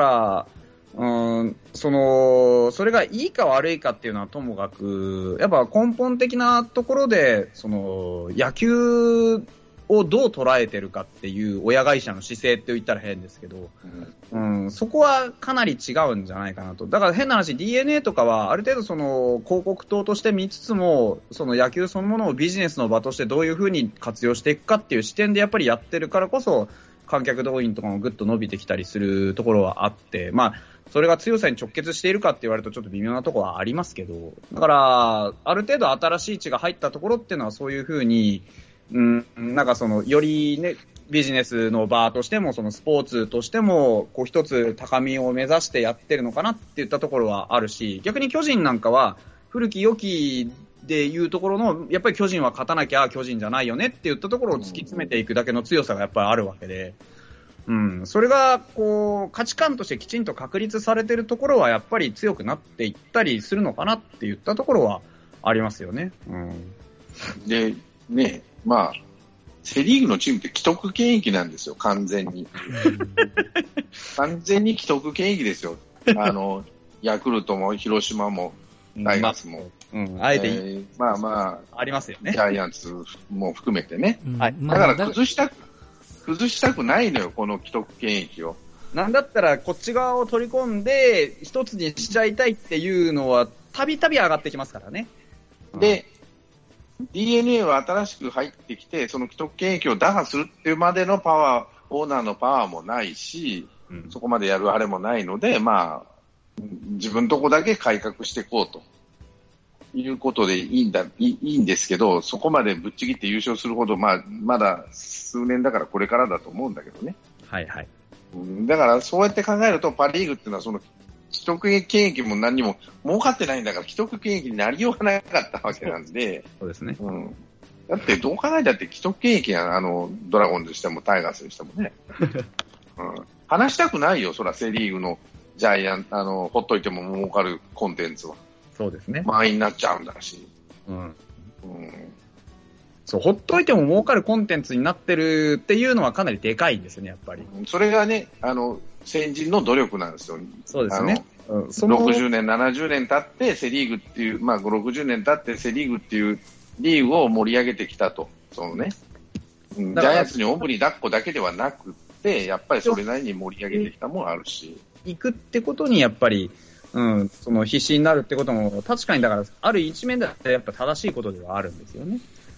それがいいか悪いかっていうのはともかく、やっぱ根本的なところで、野球をどう捉えてるかっていう親会社の姿勢って言ったら変ですけど、そこはかなり違うんじゃないかなと。だから変な話、DNA とかはある程度広告塔として見つつも、野球そのものをビジネスの場としてどういうふうに活用していくかっていう視点でやっぱりやってるからこそ、観客動員とかもぐっと伸びてきたりするところはあって、まあ、それが強さに直結しているかって言われるとちょっと微妙なところはありますけど、だから、ある程度新しい血が入ったところっていうのはそういうふうに、なんかよりね、ビジネスの場としても、スポーツとしても、こう一つ高みを目指してやってるのかなっていったところはあるし、逆に巨人なんかは、古き良きでいうところの、やっぱり巨人は勝たなきゃ巨人じゃないよねって言ったところを突き詰めていくだけの強さがやっぱりあるわけで、それが、価値観としてきちんと確立されてるところは、やっぱり強くなっていったりするのかなって言ったところはありますよね。 で、ね、まあ、セリーグのチームって既得権益なんですよ、完全に。完全に既得権益ですよ。ヤクルトも広島もタイガースも。 あえてまあまあ、ありますよね。 ジャイアンツも含めてね。だから崩したくないのよ、この既得権益を。 なんだったらこっち側を取り込んで一つにしちゃいたいっていうのはたびたび上がってきますからね。 で、DNA は新しく入ってきて、その既得権益を打破するっていうまでのパワー、オーナーのパワーもないし、そこまでやるあれもないので、まあ、自分のとこだけ改革していこうということでいいんですけど、そこまでぶっちぎって優勝するほど、まあ、まだ数年だからこれからだと思うんだけどね。 はいはい。 だからそうやって考えるとパ・リーグっていうのはその既得権益も何にも儲かってないんだから既得権益になりようがなかったわけなんでそうですね、 だってどう考えたって既得権益がドラゴンズにしてもタイガースにしてもね、話したくないよ、そらセ・リーグのジャイアンほっといても儲かるコンテンツは。 そうですね。 満員になっちゃうんだし。 そう、ほっといても儲かるコンテンツになってるっていうのはかなりでかいんですよね、やっぱり。 それがね、先人の努力なんですよ。 そうですね。 60年、70年経ってセリーグっていう、まあ60年経ってセリーグっていうリーグを盛り上げてきたと。そのね。ジャイアンツにおんぶに抱っこだけではなくて、やっぱりそれなりに盛り上げてきたものあるし。 行くってことにやっぱり、その必死になるってことも、確かにだから、ある一面ではやっぱ正しいことではあるんですよね。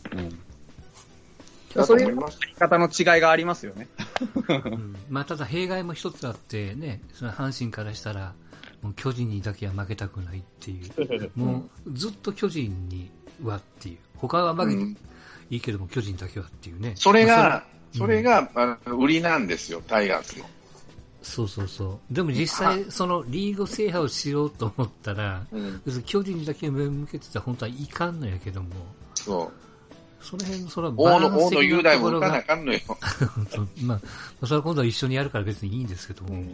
そういう言い方の違いがありますよね。 まあ、ただ弊害も一つあってね、その阪神からしたら、もう巨人にだけは負けたくないっていう、もうずっと巨人にはっていう、他は負けていいけども巨人だけはっていうね。 それが売りなんですよ、タイガースの。 そうそうそう。でも実際、そのリーグ制覇をしようと思ったら、巨人にだけ目向けてたら本当はいかんのやけども。 そう。 その辺、それはバランス的なところが。 大野雄大も打たなあかんのよ。 まあ、それは今度は一緒にやるから別にいいんですけども。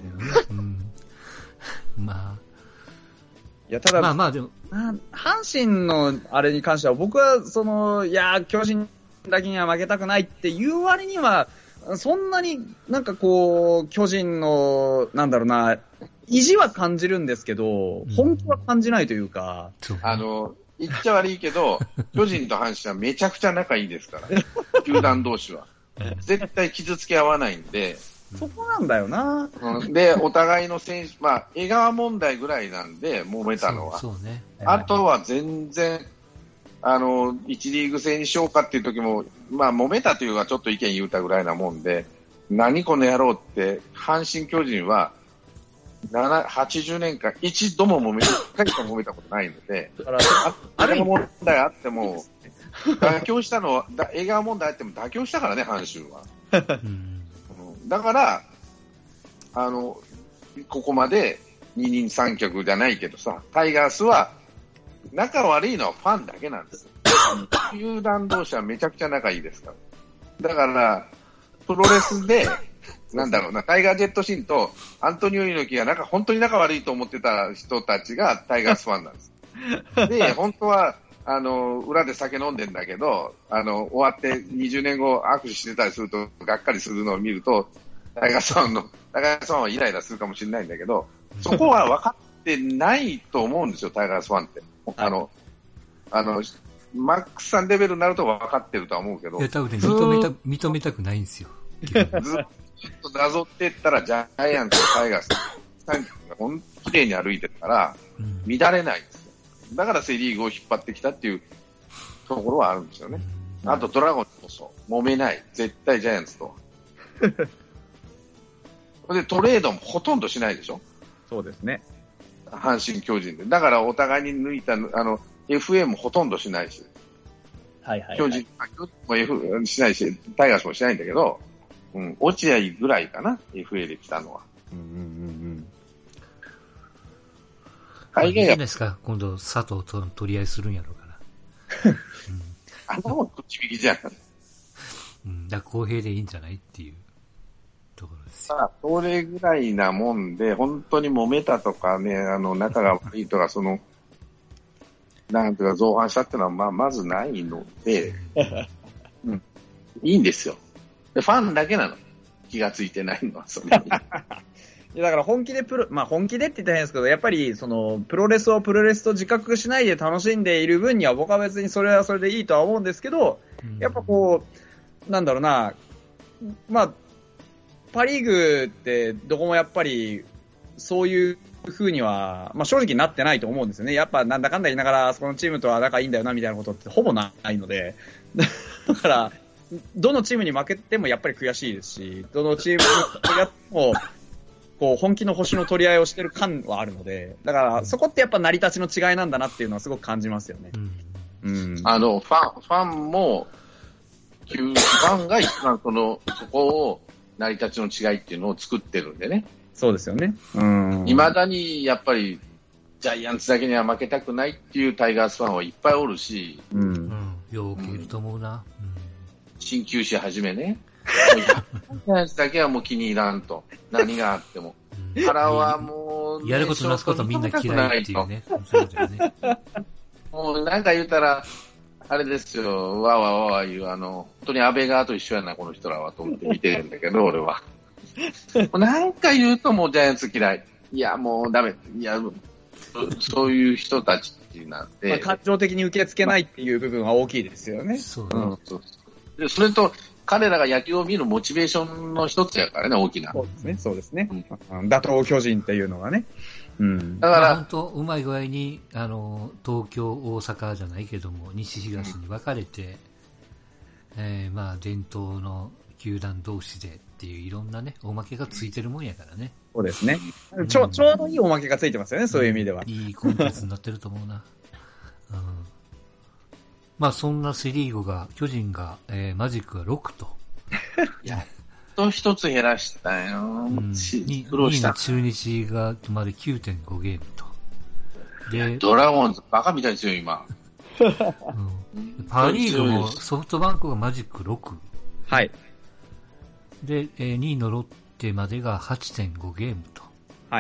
まあ。 いや、ただ、 まあでも。 阪神のあれに関しては、僕は、巨人だけには負けたくないっていう割には、そんなになんかこう、巨人の、なんだろうな、意地は感じるんですけど、本気は感じないというか。 言っちゃ悪いけど、巨人と阪神はめちゃくちゃ仲いいですから、球団同士は。絶対傷つけ合わないんで。 そこなんだよな。 で、お互いの選手、まあ、江川問題ぐらいなんで、揉めたのは。 そうね。 あとは全然、一リーグ制にしようかっていう時も、まあ、揉めたというか、ちょっと意見言うたぐらいなもんで、何この野郎って、阪神巨人は、80年間、一度も1回しか揉めたことないので、あれの問題あっても、妥協したのは、江川問題あっても妥協したからね、阪神は。だから、ここまで二人三脚じゃないけどさ、タイガースは、仲悪いのはファンだけなんですよ。球団同士はめちゃくちゃ仲いいですから。だから、プロレスで、なんだろうな、タイガー・ジェット・シンとアントニオ猪木が本当に仲悪いと思ってた人たちがタイガースファンなんです。で、本当は、裏で酒飲んでんだけど、終わって20年後握手してたりすると、がっかりするのを見ると、タイガースファンはイライラするかもしれないんだけど、そこは分かってないと思うんですよ、タイガースファンって。マックスさんレベルになると分かってるとは思うけど。 いや、多分ね、認めたくないんですよ。 ずっとなぞっていったら、ジャイアンツとタイガース、3曲が本当に綺麗に歩いてるから、乱れないんですよ。だからセリーグを引っ張ってきたっていうところはあるんですよね。あとドラゴンズこそ、揉めない。絶対ジャイアンツと。で、トレードもほとんどしないでしょ。 そうですね。 阪神巨人で。だからお互いに抜いた、FA もほとんどしないし。巨人もしないし、タイガースもしないんだけど、落合ぐらいかな、FA で来たのは。 いいじゃないですか、今度佐藤と取り合いするんやろうから。 あんなもん口引きじゃん。 だから公平でいいんじゃないっていうところですよ。 それぐらいなもんで、本当に揉めたとかね、仲が悪いとか、なんていうか造反したっていうのは、まずないので、いいんですよ。ファンだけなの。気がついてないのは、それに。 いやだから本気で本気でって言ったら変ですけど、やっぱりプロレスをプロレスと自覚しないで楽しんでいる分には僕は別にそれはそれでいいとは思うんですけど、やっぱなんだろうな、パリーグってどこもやっぱりそういう風には、正直なってないと思うんですよね。やっぱなんだかんだ言いながら、そのチームとは仲いいんだよなみたいなことってほぼないので、だから、どのチームに負けてもやっぱり悔しいですし、どのチームにやっても、本気の星の取り合いをしてる感はあるので、だからそこってやっぱ成り立ちの違いなんだなっていうのはすごく感じますよね。 ファンも、ファンが一番そこを成り立ちの違いっていうのを作ってるんでね。 そうですよね。 未だにやっぱりジャイアンツだけには負けたくないっていうタイガースファンはいっぱいおるし、 よくいると思うな。 新球種はじめね。ジャイアンツだけはもう気に入らんと。何があっても。原はもう、 やることなすことみんな嫌いっていうね。そうだよね。 もうなんか言うたら、あれですよ、わーわーわーわー言う、本当に安倍側と一緒やな、この人らは、と思って見てるんだけど、俺は。なんか言うともうジャイアンツ嫌い。いや、もうダメ。いや、そういう人たちなんで。 感情的に受け付けないっていう部分は大きいですよね。 そうでそれと、彼らが野球を見るモチベーションの一つやからね、大きな。 そうですね。打倒巨人っていうのがね。 だから、本当、うまい具合に、東京、大阪じゃないけども、西東に分かれて、まあ、伝統の球団同士でっていういろんなね、おまけがついてるもんやからね。 そうですね。ちょうどいいおまけがついてますよね、そういう意味では。 いいコンテンツになってると思うな。まあ、そんなセリーグが、巨人が、マジックが6と。 やっと一つ減らしたよ。 苦労した。中日がまで 9.5 ゲームと。 で、ドラゴンズ、バカみたいですよ、今。 パリーグもソフトバンクがマジック6。 はい。 で、2位のロッテまでが 8.5 ゲームと。 はい。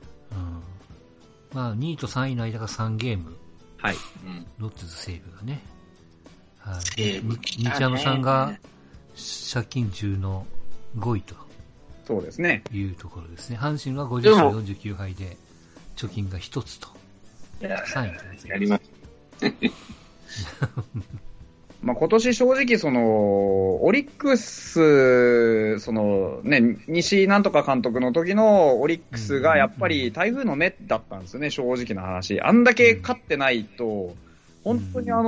まあ、2位と3位の間が3ゲーム。 はい。 ロッテと西武がね。はい。日山さんが借金中の5位と。 そうですね。 いうところですね。阪神は50勝49敗で、貯金が1つと。3位とですね。 やります。 まあ今年正直オリックス、西なんとか監督の時のオリックスがやっぱり台風の目だったんですよね、正直な話。あんだけ勝ってないと、本当に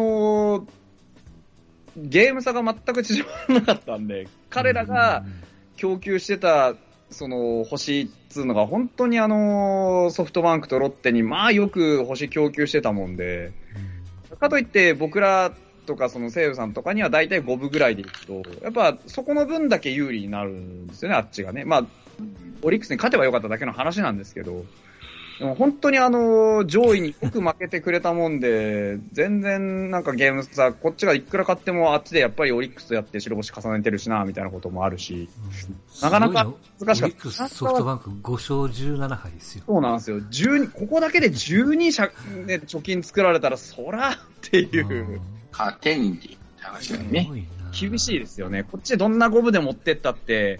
ゲーム差が全く縮まらなかったんで、彼らが供給してた、星っていうのが本当にソフトバンクとロッテにまあよく星供給してたもんで、かといって僕らとか西武さんとかには大体5分ぐらいでいくと、やっぱそこの分だけ有利になるんですよね、あっちがね。まあ、オリックスに勝てばよかっただけの話なんですけど、でも本当に上位によく負けてくれたもんで、全然なんかゲーム差、こっちがいくら勝ってもあっちでやっぱりオリックスとやって白星重ねてるしな、みたいなこともあるし、なかなか難しかった。 オリックスソフトバンク5勝17敗ですよ。 そうなんですよ。ここだけで12、ね、貯金作られたら、そらっていう。 勝てんでって話だよね。 厳しいですよね。こっちでどんな5分で持ってったって、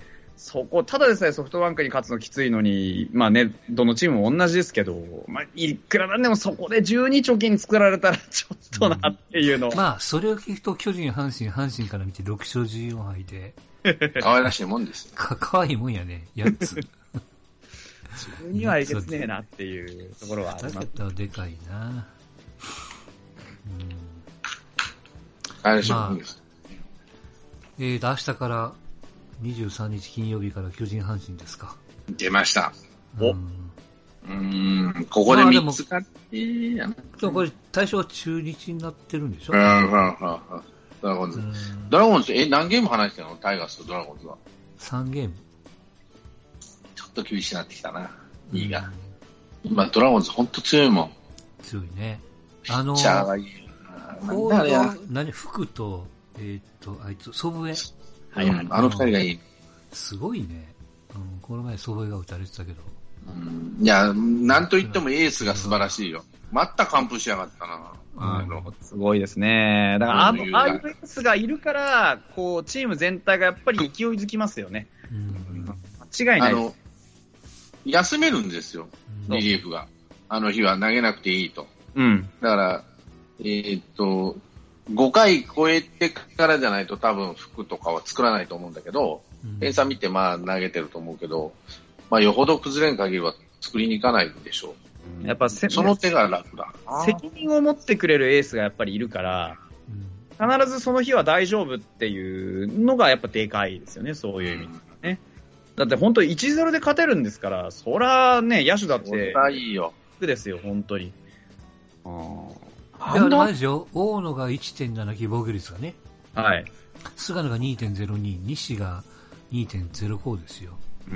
そこ、ただでさえソフトバンクに勝つのきついのに、まあね、どのチームも同じですけど、まあ、いくらなんでもそこで12貯金作られたらちょっとなっていうの。 まあ、それを聞くと巨人、阪神から見て6勝14敗で。 可愛らしいもんですよ。 可愛いもんやね、8つ。 12はいけつねえなっていうところはあります。 2桁はでかいな。 可愛らしいもんです。 明日から23日金曜日から巨人阪神ですか。 出ました。ここで3つ勝って、 でもこれ対象は中日になってるんでしょ。 ドラゴンズ。何ゲーム離してるのタイガースとドラゴンズは。 3ゲーム。 ちょっと厳しくなってきたな。2位が。今ドラゴンズほんと強いもん。 強いね。 ピッチャーがいいな。福と、あいつ、祖父江。 はい、あの二人がいい。 すごいね。この前祖父江が打たれてたけど。 いや、なんといってもエースが素晴らしいよ。また完封しやがったな。 すごいですね。だからああいうエースがいるから、こう、チーム全体がやっぱり勢いづきますよね。間違いない。 休めるんですよ、リリーフが。あの日は投げなくていいと。だから、5回超えてからじゃないと多分服とかは作らないと思うんだけど、点差見てまあ投げてると思うけど、まあよほど崩れん限りは作りに行かないんでしょう。 やっぱその手が楽だ。 責任を持ってくれるエースがやっぱりいるから、必ずその日は大丈夫っていうのがやっぱでかいですよね、そういう意味でね。だって本当 1-0 で勝てるんですから、そらね、野手だって。そらいいよ。 ですよ、本当に。 あれですよ、大野が 1.7 防御率がね。 はい。 菅野が 2.02、西が 2.05 ですよ。 うん。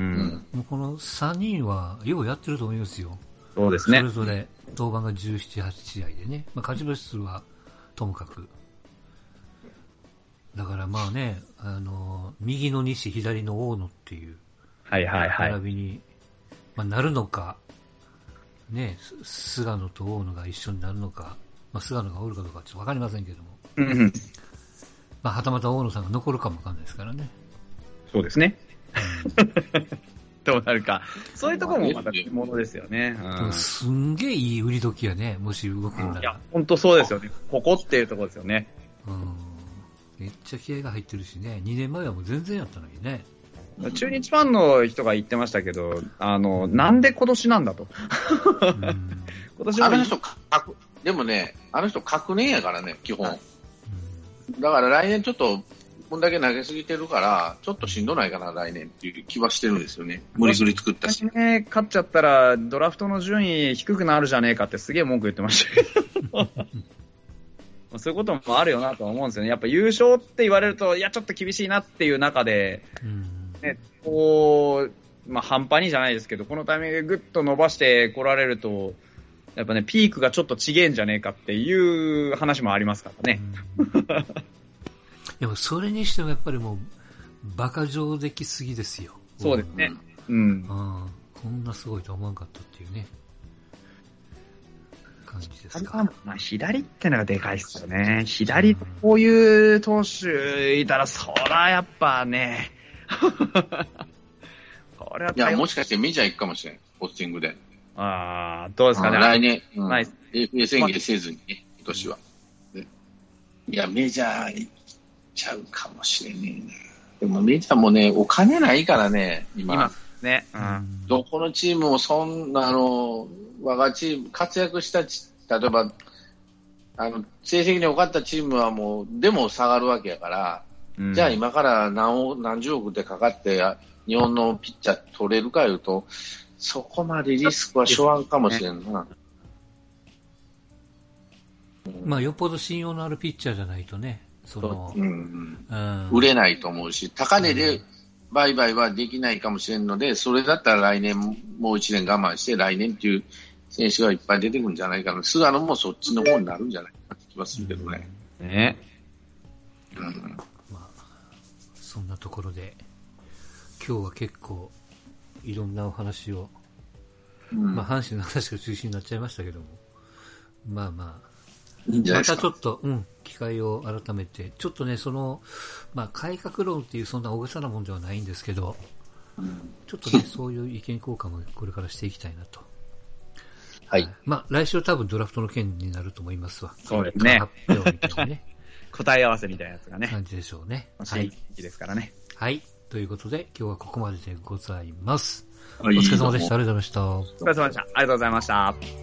もうこの3人はようやってると思いますよ。 そうですね。 それぞれ登板が17、8試合でね。まあ、勝ち星数はともかく。だからまあね、右の西、左の大野っていう。 はいはいはい。 並びに、まあ、なるのか、ね、菅野と大野が一緒になるのか、まあ、菅野がおるかどうかちょっとわかりませんけども。 うん。 まあ、はたまた大野さんが残るかもわかんないですからね。 そうですね。どうなるか。そういうところもまたものですよね。 うん、すんげえいい売り時やね、もし動くんなら。 いや、ほんとそうですよね。ここっていうところですよね。 うん。めっちゃ気合が入ってるしね、2年前はもう全然やったのにね。 中日ファンの人が言ってましたけど、なんで今年なんだと。 今年は。でもね、あの人確年やからね、基本。だから来年ちょっと、こんだけ投げすぎてるから、ちょっとしんどないかな、来年っていう気はしてるんですよね。無理くり作ったし。 ね、勝っちゃったら、ドラフトの順位低くなるじゃねえかってすげえ文句言ってましたけど。そういうこともあるよなと思うんですよね。やっぱ優勝って言われると、いや、ちょっと厳しいなっていう中で、ね、こう、まあ、半端にじゃないですけど、このタイミングでぐっと伸ばして来られると、やっぱね、ピークがちょっと違えんじゃねえかっていう話もありますからね。 でもそれにしてもやっぱりもう、馬鹿上出来すぎですよ。 そうですね。うん。 こんなすごいと思わなかったっていうね。感じですか。 まあ、左ってのがでかいっすよね。左、こういう投手いたら、そらやっぱね。 これはいや、もしかしてメジャー行くかもしれん。ポスティングで。 ああ、どうですかね。 来年、AFA 宣言せずにね、今年は。いや、メジャー行っちゃうかもしれねえな。でもメジャーもね、お金ないからね、今。 ね。 どこのチームもそんな、我がチーム、活躍した例えば、成績に良かったチームはもう、でも下がるわけやから、じゃあ今から何十億でかかって、日本のピッチャー取れるかいうと、そこまでリスクはしょわんかもしれんな。 まあ、よっぽど信用のあるピッチャーじゃないとね、 売れないと思うし、高値で売買はできないかもしれんので、それだったら来年もう1年我慢して、来年っていう選手がいっぱい出てくるんじゃないかな。菅野もそっちの方になるんじゃないかなって気はするけどね。 まあ、そんなところで、今日は結構、いろんなお話を、まあ、阪神の話が中心になっちゃいましたけども、まあまあ、またちょっと、機会を改めて、ちょっとね、まあ、改革論っていうそんな大げさなもんではないんですけど、ちょっとね、そういう意見交換もこれからしていきたいなと。 はい。 まあ、来週多分ドラフトの件になると思いますわ。 そうですね。 発表みたいなね。 答え合わせみたいなやつがね。 感じでしょうね。 はい。ですからね。 はい。ということで、今日はここまででございます。お疲れ様でした。ありがとうございました。 お疲れ様でした。ありがとうございました。